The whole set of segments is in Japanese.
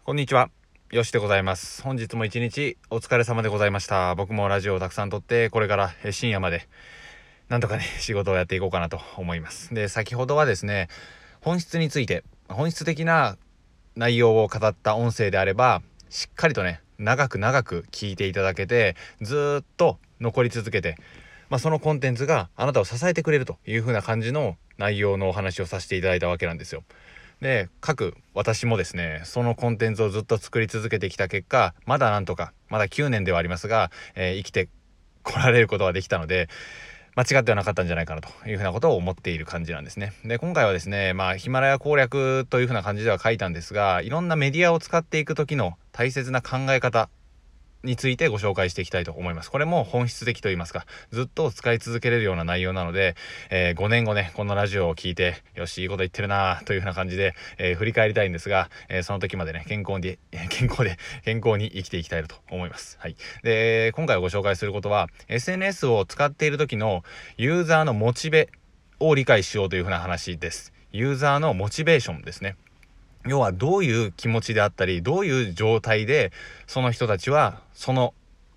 こんにちは。よしでございます。本日も一日お疲れ様でございました。僕もラジオをたくさん撮って、これから深夜までなんとかね、仕事をやっていこうかなと思います。で、先ほどはですね、本質について、本質的な内容を語った音声であれば、しっかりとね、長く聞いていただけて、ずーっと残り続けて、そのコンテンツがあなたを支えてくれるという風な感じの内容のお話をさせていただいたわけなんですよ。で、私もですね、そのコンテンツをずっと作り続けてきた結果、まだなんとか、まだ9年ではありますが、生きてこられることができたので、間違ってはなかったんじゃないかなというふうなことを思っている感じなんですね。で、今回はですね、ヒマラヤ攻略というふうな感じでは書いたんですが、いろんなメディアを使っていく時の大切な考え方についてご紹介していきたいと思います。これも本質的と言いますか、ずっと使い続けれるような内容なので、5年後ね、このラジオを聞いて、よし、いいこと言ってるなというふうな感じで、振り返りたいんですが、その時までね、健康に生きていきたいと思います。はい。で、今回ご紹介することは、SNS を使っている時のユーザーのモチベを理解しようというふうな話です。ユーザーのモチベーションですね。要はどういう気持ちであったり、どういう状態でその人たちはその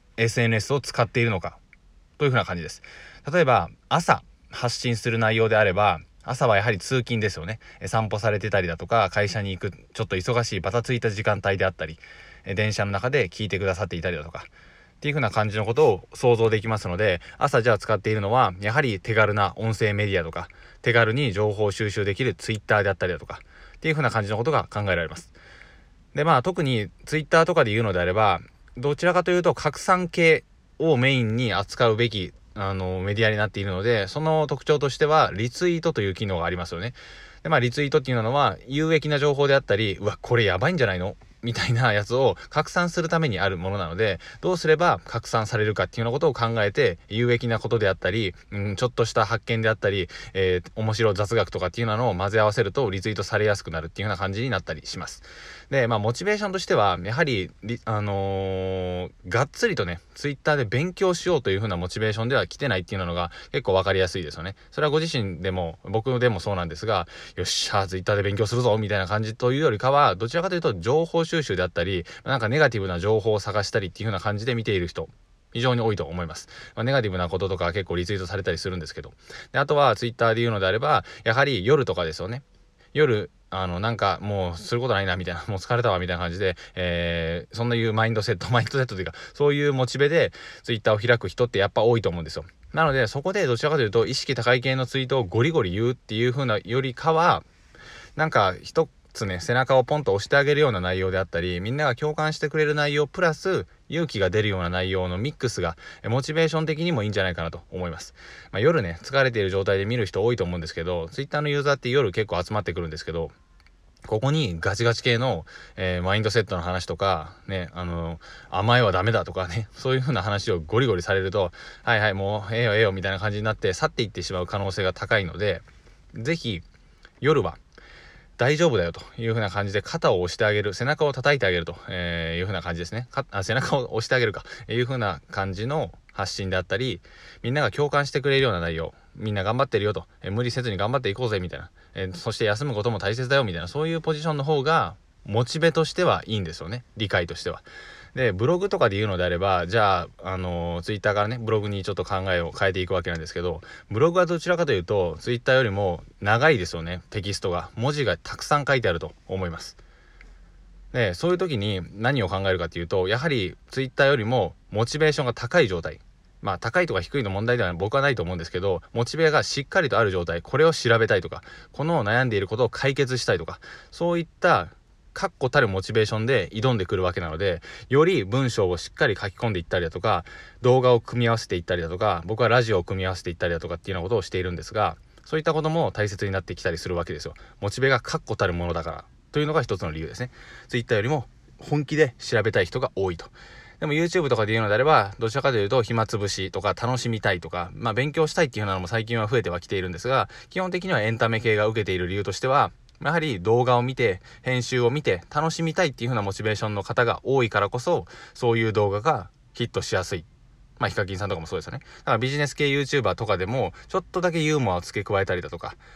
SNS を使っているのかというふうな感じです。例えば朝発信する内容であれば、朝はやはり通勤ですよね。散歩されてたりだとか、会社に行くちょっと忙しいバタついた時間帯であったり、電車の中で聞いてくださっていたりだとかっていう風な感じのことを想像できますので、朝じゃあ使っているのはやはり手軽な音声メディアとか、手軽に情報収集できる Twitter であったりだとかっていう風な感じのことが考えられます。で、特に Twitter とかで言うのであれば、どちらかというと拡散系をメインに扱うべきメディアになっているので、その特徴としてはリツイートという機能がありますよね。で、リツイートっていうのは有益な情報であったり、うわ、これやばいんじゃないのみたいなやつを拡散するためにあるものなので、どうすれば拡散されるかっていうようなことを考えて、有益なことであったり、ちょっとした発見であったり、面白雑学とかっていうのを混ぜ合わせるとリツイートされやすくなるっていうような感じになったりします。で、モチベーションとしては、やはり、がっつりとね、ツイッターで勉強しようという風なモチベーションでは来てないっていうのが結構わかりやすいですよね。それはご自身でも、僕でもそうなんですが、よっしゃ、ツイッターで勉強するぞみたいな感じというよりかは、どちらかというと情報収集であったり、なんかネガティブな情報を探したりっていう風な感じで見ている人、非常に多いと思います。ネガティブなこととか結構リツイートされたりするんですけど。で、あとはツイッターで言うのであれば、やはり夜とかですよね。夜、なんかもうすることないなみたいな、もう疲れたわみたいな感じで、そんないうマインドセットというか、そういうモチベでツイッターを開く人ってやっぱ多いと思うんですよ。なので、そこでどちらかというと意識高い系のツイートをゴリゴリ言うっていう風なよりかは、なんか一つね、背中をポンと押してあげるような内容であったり、みんなが共感してくれる内容プラス勇気が出るような内容のミックスがモチベーション的にもいいんじゃないかなと思います。夜ね、疲れている状態で見る人多いと思うんですけど、ツイッターのユーザーって夜結構集まってくるんですけど、ここにガチガチ系の、マインドセットの話とかね、甘えはダメだとかね、そういう風な話をゴリゴリされると、はいはい、もうええよみたいな感じになって去っていってしまう可能性が高いので、ぜひ夜は大丈夫だよという風な感じで肩を押してあげる、背中を叩いてあげるという風な感じですね。背中を押してあげるか、いう風な感じの発信であったり、みんなが共感してくれるような内容、みんな頑張ってるよと、無理せずに頑張っていこうぜみたいな、そして休むことも大切だよみたいな、そういうポジションの方がモチベとしてはいいんですよね。理解としては。で、ブログとかで言うのであれば、じゃあ、ツイッターからね、ブログにちょっと考えを変えていくわけなんですけど、ブログはどちらかというと、ツイッターよりも長いですよね。テキストが。文字がたくさん書いてあると思います。で、そういう時に何を考えるかっていうと、やはりツイッターよりもモチベーションが高い状態。高いとか低いの問題では僕はないと思うんですけど、モチベがしっかりとある状態、これを調べたいとか、この悩んでいることを解決したいとか、そういった確固たるモチベーションで挑んでくるわけなので、より文章をしっかり書き込んでいったりだとか、動画を組み合わせていったりだとか、僕はラジオを組み合わせていったりだとかっていうようなことをしているんですが、そういったことも大切になってきたりするわけですよ。モチベが確固たるものだからというのが一つの理由ですね。Twitter よりも本気で調べたい人が多いと。でも YouTube とかで言うのであれば、どちらかというと暇つぶしとか楽しみたいとか、勉強したいっていうのも最近は増えてはきているんですが、基本的にはエンタメ系が受けている理由としては、やはり動画を見て、編集を見て、楽しみたいっていう風なモチベーションの方が多いからこそ、そういう動画がヒットしやすい。ヒカキンさんとかもそうですよね。だからビジネス系 YouTuber とかでも、ちょっとだけユーモアを付け加えたりだとか、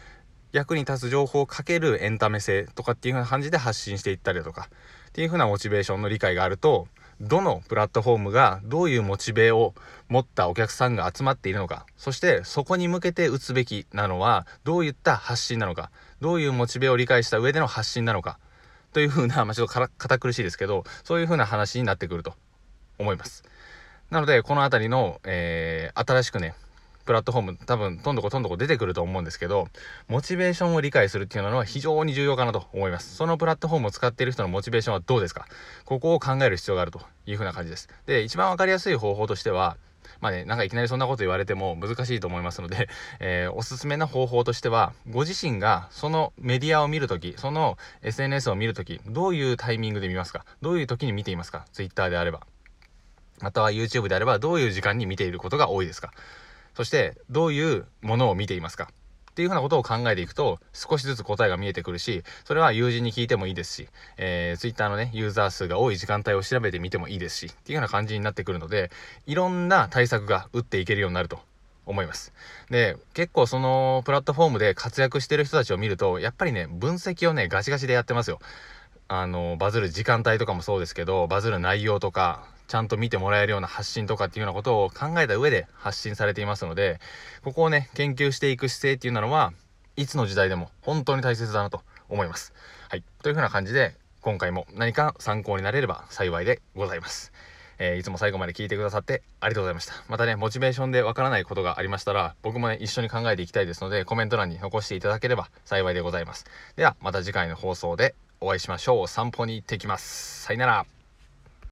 役に立つ情報をかけるエンタメ性とかっていう風な感じで発信していったりだとかっていう風なモチベーションの理解があると、どのプラットフォームがどういうモチベを持ったお客さんが集まっているのか、そしてそこに向けて打つべきなのはどういった発信なのか、どういうモチベを理解した上での発信なのかという風な、ちょっと堅苦しいですけど、そういう風な話になってくると思います。なのでこのあたりの、新しくねプラットフォーム多分どんどこ出てくると思うんですけど、モチベーションを理解するっていうのは非常に重要かなと思います。そのプラットフォームを使っている人のモチベーションはどうですか、ここを考える必要があるという風な感じです。で、一番わかりやすい方法としては、なんかいきなりそんなこと言われても難しいと思いますので、おすすめの方法としては、ご自身がそのメディアを見るとき、その SNS を見るとき、どういうタイミングで見ますか、どういう時に見ていますか。 Twitter であれば、または YouTube であればどういう時間に見ていることが多いですか。そしてどういうものを見ていますかっていうふうなことを考えていくと、少しずつ答えが見えてくるし、それは友人に聞いてもいいですし、Twitter のねユーザー数が多い時間帯を調べてみてもいいですしっていうような感じになってくるので、いろんな対策が打っていけるようになると思います。で、結構そのプラットフォームで活躍してる人たちを見ると、やっぱりね分析をねガチガチでやってますよ。バズる時間帯とかもそうですけど、バズる内容とかちゃんと見てもらえるような発信とかっていうようなことを考えた上で発信されていますので、ここをね研究していく姿勢っていうのはいつの時代でも本当に大切だなと思います。はい、というふうな感じで今回も何か参考になれれば幸いでございます。いつも最後まで聞いてくださってありがとうございました。またねモチベーションでわからないことがありましたら、僕もね一緒に考えていきたいですので、コメント欄に残していただければ幸いでございます。ではまた次回の放送でお会いしましょう。散歩に行ってきます。さよなら。